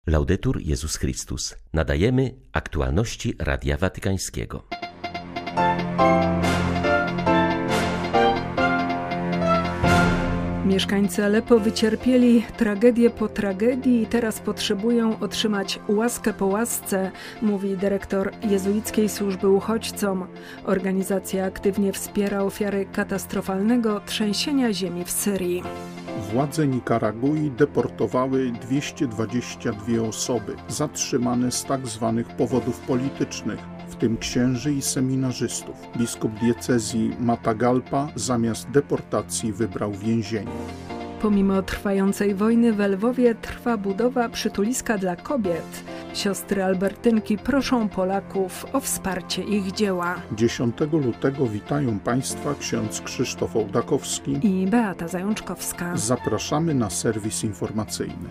Laudetur Jezus Chrystus. Nadajemy aktualności Radia Watykańskiego. Mieszkańcy Aleppo wycierpieli tragedię po tragedii i teraz potrzebują otrzymać łaskę po łasce, mówi dyrektor jezuickiej służby uchodźcom. Organizacja aktywnie wspiera ofiary katastrofalnego trzęsienia ziemi w Syrii. Władze Nikaragui deportowały 222 osoby zatrzymane z tzw. powodów politycznych, w tym księży i seminarzystów. Biskup diecezji Matagalpa zamiast deportacji wybrał więzienie. Pomimo trwającej wojny w Lwowie trwa budowa przytuliska dla kobiet. Siostry Albertynki proszą Polaków o wsparcie ich dzieła. 10 lutego witają Państwa ksiądz Krzysztof Ołdakowski i Beata Zajączkowska. Zapraszamy na serwis informacyjny.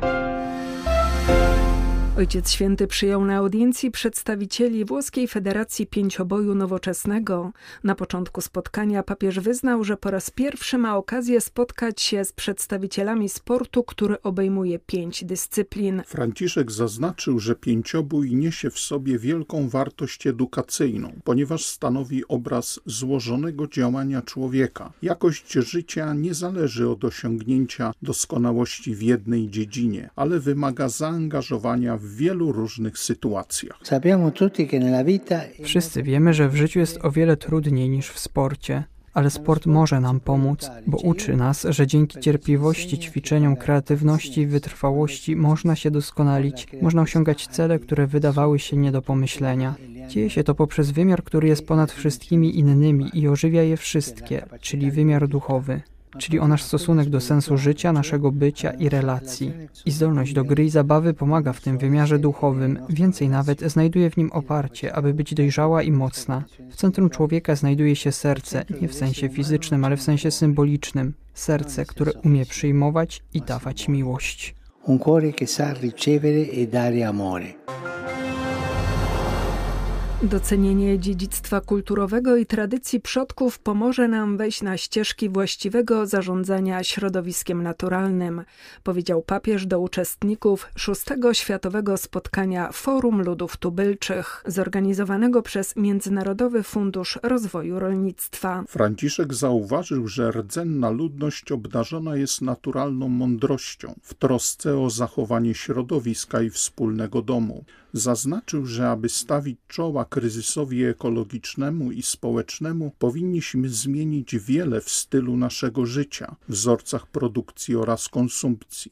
Ojciec Święty przyjął na audiencji przedstawicieli Włoskiej Federacji Pięcioboju Nowoczesnego. Na początku spotkania papież wyznał, że po raz pierwszy ma okazję spotkać się z przedstawicielami sportu, który obejmuje 5 dyscyplin. Franciszek zaznaczył, że pięciobój niesie w sobie wielką wartość edukacyjną, ponieważ stanowi obraz złożonego działania człowieka. Jakość życia nie zależy od osiągnięcia doskonałości w jednej dziedzinie, ale wymaga zaangażowania w wielu różnych sytuacjach. Wszyscy wiemy, że w życiu jest o wiele trudniej niż w sporcie, ale sport może nam pomóc, bo uczy nas, że dzięki cierpliwości, ćwiczeniom, kreatywności i wytrwałości można się doskonalić, można osiągać cele, które wydawały się nie do pomyślenia. Dzieje się to poprzez wymiar, który jest ponad wszystkimi innymi i ożywia je wszystkie, czyli wymiar duchowy. Czyli o nasz stosunek do sensu życia, naszego bycia i relacji. I zdolność do gry i zabawy pomaga w tym wymiarze duchowym, więcej nawet znajduje w nim oparcie, aby być dojrzała i mocna. W centrum człowieka znajduje się serce, nie w sensie fizycznym, ale w sensie symbolicznym. Serce, które umie przyjmować i dawać miłość. Un cuore che sa ricevere e dare amore. Docenienie dziedzictwa kulturowego i tradycji przodków pomoże nam wejść na ścieżki właściwego zarządzania środowiskiem naturalnym, powiedział papież do uczestników 6. Światowego Spotkania Forum Ludów Tubylczych, zorganizowanego przez Międzynarodowy Fundusz Rozwoju Rolnictwa. Franciszek zauważył, że rdzenna ludność obdarzona jest naturalną mądrością w trosce o zachowanie środowiska i wspólnego domu. Zaznaczył, że aby stawić czoła kryzysowi ekologicznemu i społecznemu, powinniśmy zmienić wiele w stylu naszego życia, wzorcach produkcji oraz konsumpcji.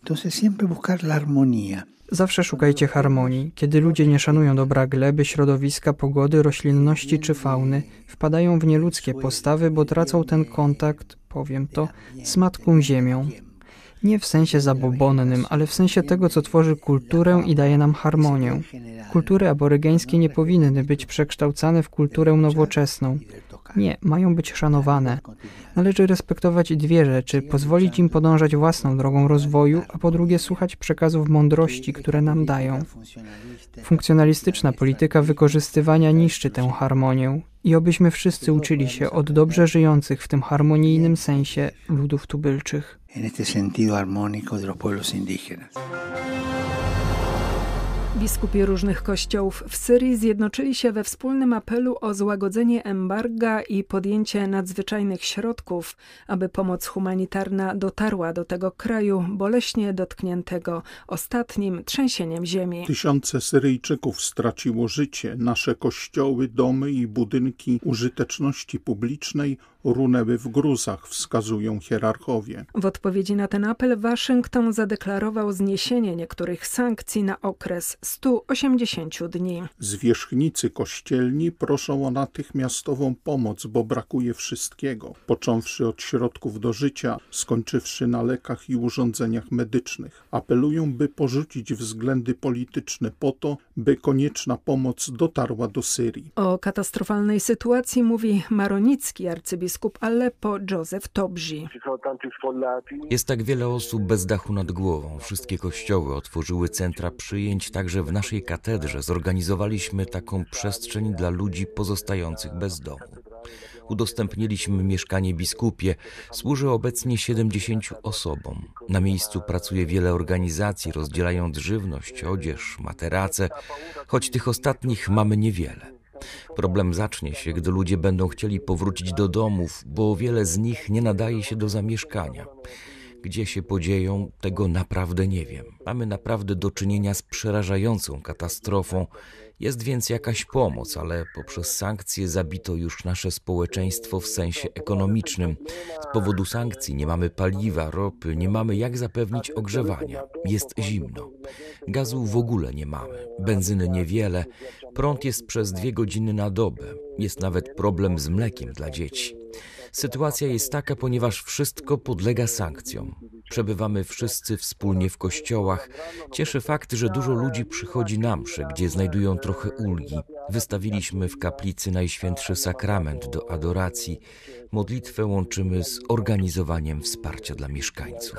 Zawsze szukajcie harmonii. Kiedy ludzie nie szanują dobra gleby, środowiska, pogody, roślinności czy fauny, wpadają w nieludzkie postawy, bo tracą ten kontakt, powiem to, z Matką Ziemią. Nie w sensie zabobonnym, ale w sensie tego, co tworzy kulturę i daje nam harmonię. Kultury aborygeńskie nie powinny być przekształcane w kulturę nowoczesną. Nie, mają być szanowane. Należy respektować dwie rzeczy, pozwolić im podążać własną drogą rozwoju, a po drugie słuchać przekazów mądrości, które nam dają. Funkcjonalistyczna polityka wykorzystywania niszczy tę harmonię i obyśmy wszyscy uczyli się od dobrze żyjących w tym harmonijnym sensie ludów tubylczych. Biskupi różnych kościołów w Syrii zjednoczyli się we wspólnym apelu o złagodzenie embarga i podjęcie nadzwyczajnych środków, aby pomoc humanitarna dotarła do tego kraju boleśnie dotkniętego ostatnim trzęsieniem ziemi. Tysiące Syryjczyków straciło życie. Nasze kościoły, domy i budynki użyteczności publicznej runęły w gruzach, wskazują hierarchowie. W odpowiedzi na ten apel Waszyngton zadeklarował zniesienie niektórych sankcji na okres 180 dni. Zwierzchnicy kościelni proszą o natychmiastową pomoc, bo brakuje wszystkiego, począwszy od środków do życia, skończywszy na lekach i urządzeniach medycznych. Apelują, by porzucić względy polityczne po to, by konieczna pomoc dotarła do Syrii. O katastrofalnej sytuacji mówi maronicki arcybiskup Aleppo Józef Tobzi. Jest tak wiele osób bez dachu nad głową. Wszystkie kościoły otworzyły centra przyjęć, także w naszej katedrze zorganizowaliśmy taką przestrzeń dla ludzi pozostających bez domu. Udostępniliśmy mieszkanie biskupie. Służy obecnie 70 osobom. Na miejscu pracuje wiele organizacji, rozdzielając żywność, odzież, materace, choć tych ostatnich mamy niewiele. Problem zacznie się, gdy ludzie będą chcieli powrócić do domów, bo wiele z nich nie nadaje się do zamieszkania. Gdzie się podzieją, tego naprawdę nie wiem. Mamy naprawdę do czynienia z przerażającą katastrofą. Jest więc jakaś pomoc, ale poprzez sankcje zabito już nasze społeczeństwo w sensie ekonomicznym. Z powodu sankcji nie mamy paliwa, ropy, nie mamy jak zapewnić ogrzewania. Jest zimno. Gazu w ogóle nie mamy, benzyny niewiele, prąd jest przez 2 godziny na dobę. Jest nawet problem z mlekiem dla dzieci. Sytuacja jest taka, ponieważ wszystko podlega sankcjom. Przebywamy wszyscy wspólnie w kościołach. Cieszy fakt, że dużo ludzi przychodzi na msze, gdzie znajdują trochę ulgi. Wystawiliśmy w kaplicy Najświętszy Sakrament do adoracji. Modlitwę łączymy z organizowaniem wsparcia dla mieszkańców.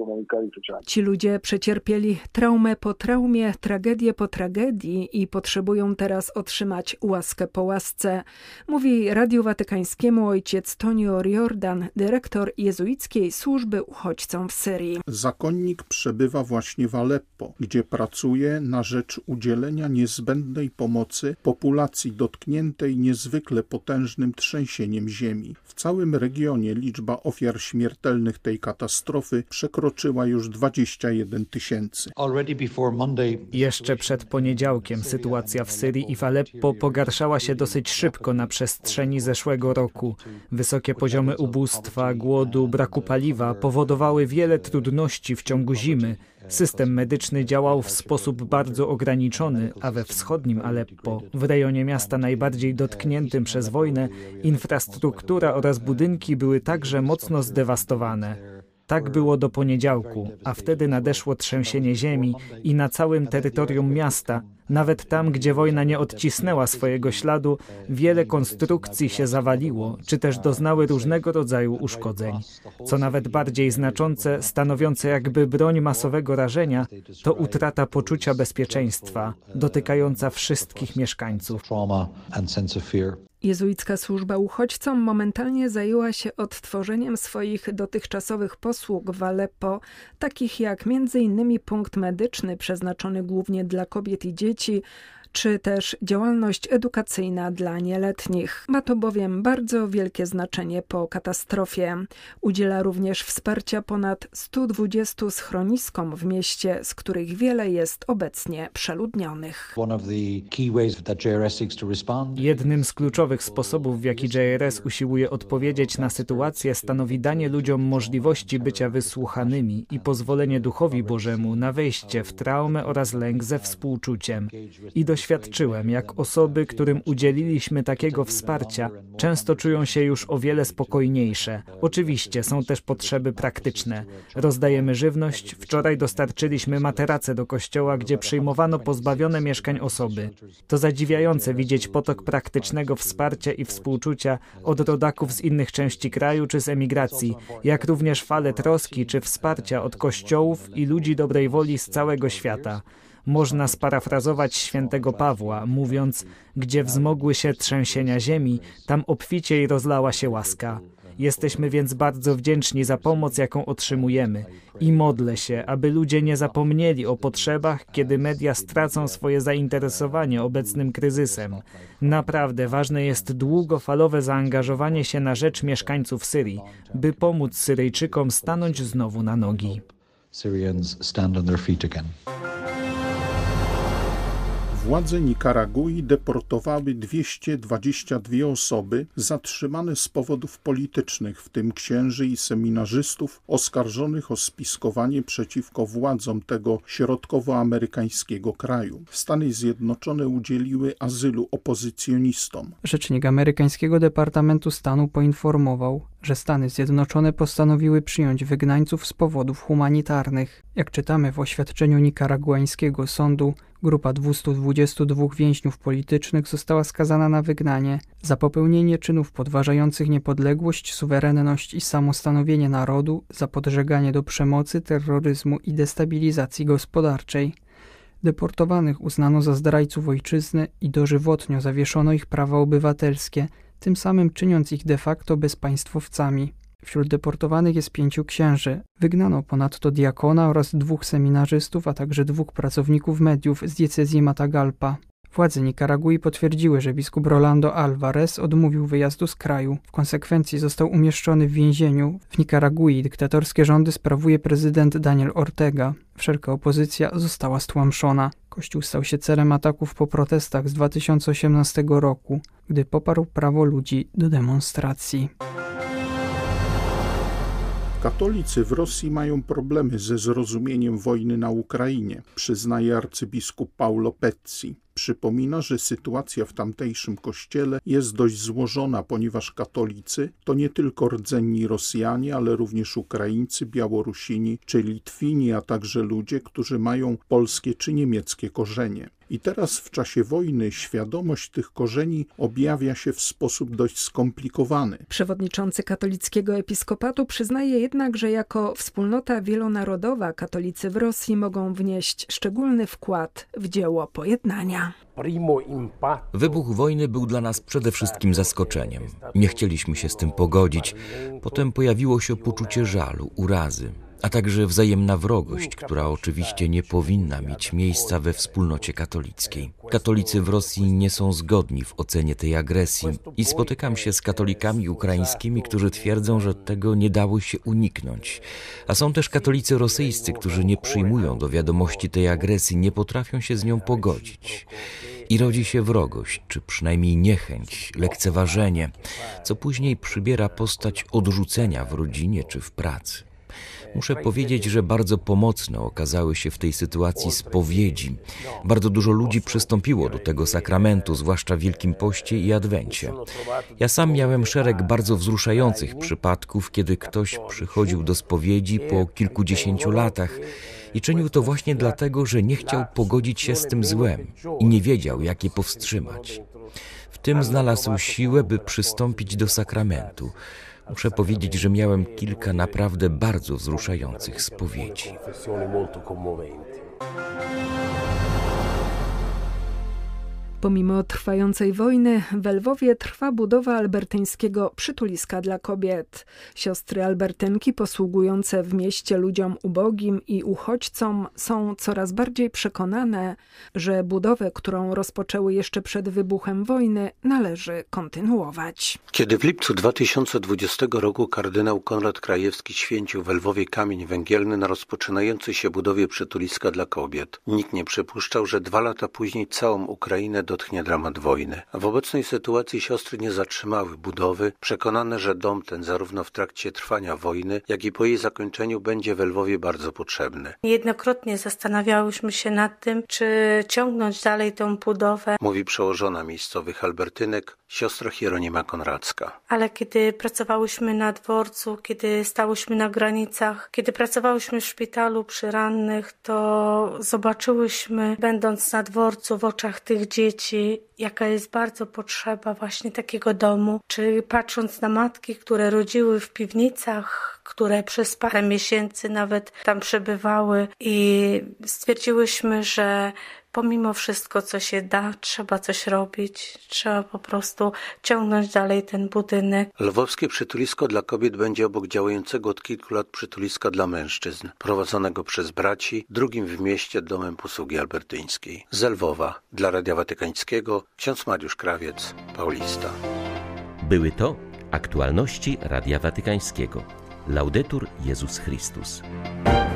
Ci ludzie przecierpieli traumę po traumie, tragedię po tragedii i potrzebują teraz otrzymać łaskę po łasce, mówi Radiu Watykańskiemu ojciec Tonio Riordan, dyrektor jezuickiej służby uchodźcom w Syrii. Zakonnik przebywa właśnie w Aleppo, gdzie pracuje na rzecz udzielenia niezbędnej pomocy populacji dotkniętej niezwykle potężnym trzęsieniem ziemi. W całym regionie liczba ofiar śmiertelnych tej katastrofy przekroczyła już 21 000. Jeszcze przed poniedziałkiem sytuacja w Syrii i w Aleppo pogarszała się dosyć szybko na przestrzeni zeszłego roku. Wysokie poziomy ubóstwa, głodu, braku paliwa powodowały wiele trudności w ciągu zimy. System medyczny działał w sposób bardzo ograniczony, a we wschodnim Aleppo, w rejonie miasta najbardziej dotkniętym przez wojnę, infrastruktura oraz budynki były także mocno zdewastowane. Tak było do poniedziałku, a wtedy nadeszło trzęsienie ziemi i na całym terytorium miasta, nawet tam, gdzie wojna nie odcisnęła swojego śladu, wiele konstrukcji się zawaliło, czy też doznały różnego rodzaju uszkodzeń. Co nawet bardziej znaczące, stanowiące jakby broń masowego rażenia, to utrata poczucia bezpieczeństwa, dotykająca wszystkich mieszkańców. Jezuicka służba uchodźcom momentalnie zajęła się odtworzeniem swoich dotychczasowych posług w Aleppo, takich jak m.in. punkt medyczny przeznaczony głównie dla kobiet i dzieci, czy też działalność edukacyjna dla nieletnich. Ma to bowiem bardzo wielkie znaczenie po katastrofie. Udziela również wsparcia ponad 120 schroniskom w mieście, z których wiele jest obecnie przeludnionych. Jednym z kluczowych sposobów, w jaki JRS usiłuje odpowiedzieć na sytuację, stanowi danie ludziom możliwości bycia wysłuchanymi i pozwolenie Duchowi Bożemu na wejście w traumę oraz lęk ze współczuciem. I doświadczyłem, jak osoby, którym udzieliliśmy takiego wsparcia, często czują się już o wiele spokojniejsze. Oczywiście są też potrzeby praktyczne. Rozdajemy żywność. Wczoraj dostarczyliśmy materace do kościoła, gdzie przyjmowano pozbawione mieszkań osoby. To zadziwiające widzieć potok praktycznego wsparcia i współczucia od rodaków z innych części kraju czy z emigracji, jak również fale troski czy wsparcia od kościołów i ludzi dobrej woli z całego świata. Można sparafrazować świętego Pawła, mówiąc, gdzie wzmogły się trzęsienia ziemi, tam obficiej rozlała się łaska. Jesteśmy więc bardzo wdzięczni za pomoc, jaką otrzymujemy. I modlę się, aby ludzie nie zapomnieli o potrzebach, kiedy media stracą swoje zainteresowanie obecnym kryzysem. Naprawdę ważne jest długofalowe zaangażowanie się na rzecz mieszkańców Syrii, by pomóc Syryjczykom stanąć znowu na nogi. Władze Nikaragui deportowały 222 osoby zatrzymane z powodów politycznych, w tym księży i seminarzystów oskarżonych o spiskowanie przeciwko władzom tego środkowoamerykańskiego kraju. Stany Zjednoczone udzieliły azylu opozycjonistom. Rzecznik amerykańskiego Departamentu Stanu poinformował, że Stany Zjednoczone postanowiły przyjąć wygnańców z powodów humanitarnych. Jak czytamy w oświadczeniu nikaraguańskiego sądu, grupa 222 więźniów politycznych została skazana na wygnanie za popełnienie czynów podważających niepodległość, suwerenność i samostanowienie narodu, za podżeganie do przemocy, terroryzmu i destabilizacji gospodarczej. Deportowanych uznano za zdrajców ojczyzny i dożywotnio zawieszono ich prawa obywatelskie, tym samym czyniąc ich de facto bezpaństwowcami. Wśród deportowanych jest 5 księży. Wygnano ponadto diakona oraz 2 seminarzystów, a także 2 pracowników mediów z diecezji Matagalpa. Władze Nikaragui potwierdziły, że biskup Rolando Alvarez odmówił wyjazdu z kraju. W konsekwencji został umieszczony w więzieniu. W Nikaragui dyktatorskie rządy sprawuje prezydent Daniel Ortega. Wszelka opozycja została stłamszona. Kościół stał się celem ataków po protestach z 2018 roku, gdy poparł prawo ludzi do demonstracji. Katolicy w Rosji mają problemy ze zrozumieniem wojny na Ukrainie, przyznaje arcybiskup Paolo Pezzi. Przypomina, że sytuacja w tamtejszym kościele jest dość złożona, ponieważ katolicy to nie tylko rdzenni Rosjanie, ale również Ukraińcy, Białorusini czy Litwini, a także ludzie, którzy mają polskie czy niemieckie korzenie. I teraz w czasie wojny świadomość tych korzeni objawia się w sposób dość skomplikowany. Przewodniczący katolickiego episkopatu przyznaje jednak, że jako wspólnota wielonarodowa katolicy w Rosji mogą wnieść szczególny wkład w dzieło pojednania. Wybuch wojny był dla nas przede wszystkim zaskoczeniem. Nie chcieliśmy się z tym pogodzić. Potem pojawiło się poczucie żalu, urazy, a także wzajemna wrogość, która oczywiście nie powinna mieć miejsca we wspólnocie katolickiej. Katolicy w Rosji nie są zgodni w ocenie tej agresji i spotykam się z katolikami ukraińskimi, którzy twierdzą, że tego nie dało się uniknąć. A są też katolicy rosyjscy, którzy nie przyjmują do wiadomości tej agresji, nie potrafią się z nią pogodzić. I rodzi się wrogość, czy przynajmniej niechęć, lekceważenie, co później przybiera postać odrzucenia w rodzinie czy w pracy. Muszę powiedzieć, że bardzo pomocne okazały się w tej sytuacji spowiedzi. Bardzo dużo ludzi przystąpiło do tego sakramentu, zwłaszcza w Wielkim Poście i Adwencie. Ja sam miałem szereg bardzo wzruszających przypadków, kiedy ktoś przychodził do spowiedzi po kilkudziesięciu latach i czynił to właśnie dlatego, że nie chciał pogodzić się z tym złem i nie wiedział, jak je powstrzymać. W tym znalazł siłę, by przystąpić do sakramentu. Muszę powiedzieć, że miałem kilka naprawdę bardzo wzruszających spowiedzi. Pomimo trwającej wojny w Lwowie trwa budowa albertyńskiego przytuliska dla kobiet. Siostry albertynki posługujące w mieście ludziom ubogim i uchodźcom są coraz bardziej przekonane, że budowę, którą rozpoczęły jeszcze przed wybuchem wojny, należy kontynuować. Kiedy w lipcu 2020 roku kardynał Konrad Krajewski święcił w Lwowie kamień węgielny na rozpoczynającej się budowie przytuliska dla kobiet, nikt nie przypuszczał, że 2 lata później całą Ukrainę dotknie dramat wojny. W obecnej sytuacji siostry nie zatrzymały budowy, przekonane, że dom ten zarówno w trakcie trwania wojny, jak i po jej zakończeniu będzie w Lwowie bardzo potrzebny. Niejednokrotnie zastanawiałyśmy się nad tym, czy ciągnąć dalej tę budowę, mówi przełożona miejscowych albertynek, siostra Hieronima Konradzka. Ale kiedy pracowałyśmy na dworcu, kiedy stałyśmy na granicach, kiedy pracowałyśmy w szpitalu przy rannych, to zobaczyłyśmy, będąc na dworcu, w oczach tych dzieci, jaka jest bardzo potrzeba właśnie takiego domu. Czy patrząc na matki, które rodziły w piwnicach, które przez parę miesięcy nawet tam przebywały i stwierdziłyśmy, że pomimo wszystko, co się da, trzeba coś robić, trzeba po prostu ciągnąć dalej ten budynek. Lwowskie przytulisko dla kobiet będzie obok działającego od kilku lat przytuliska dla mężczyzn, prowadzonego przez braci, drugim w mieście domem posługi albertyńskiej. Z Lwowa, dla Radia Watykańskiego, ksiądz Mariusz Krawiec, Paulista. Były to aktualności Radia Watykańskiego. Laudetur Jezus Chrystus.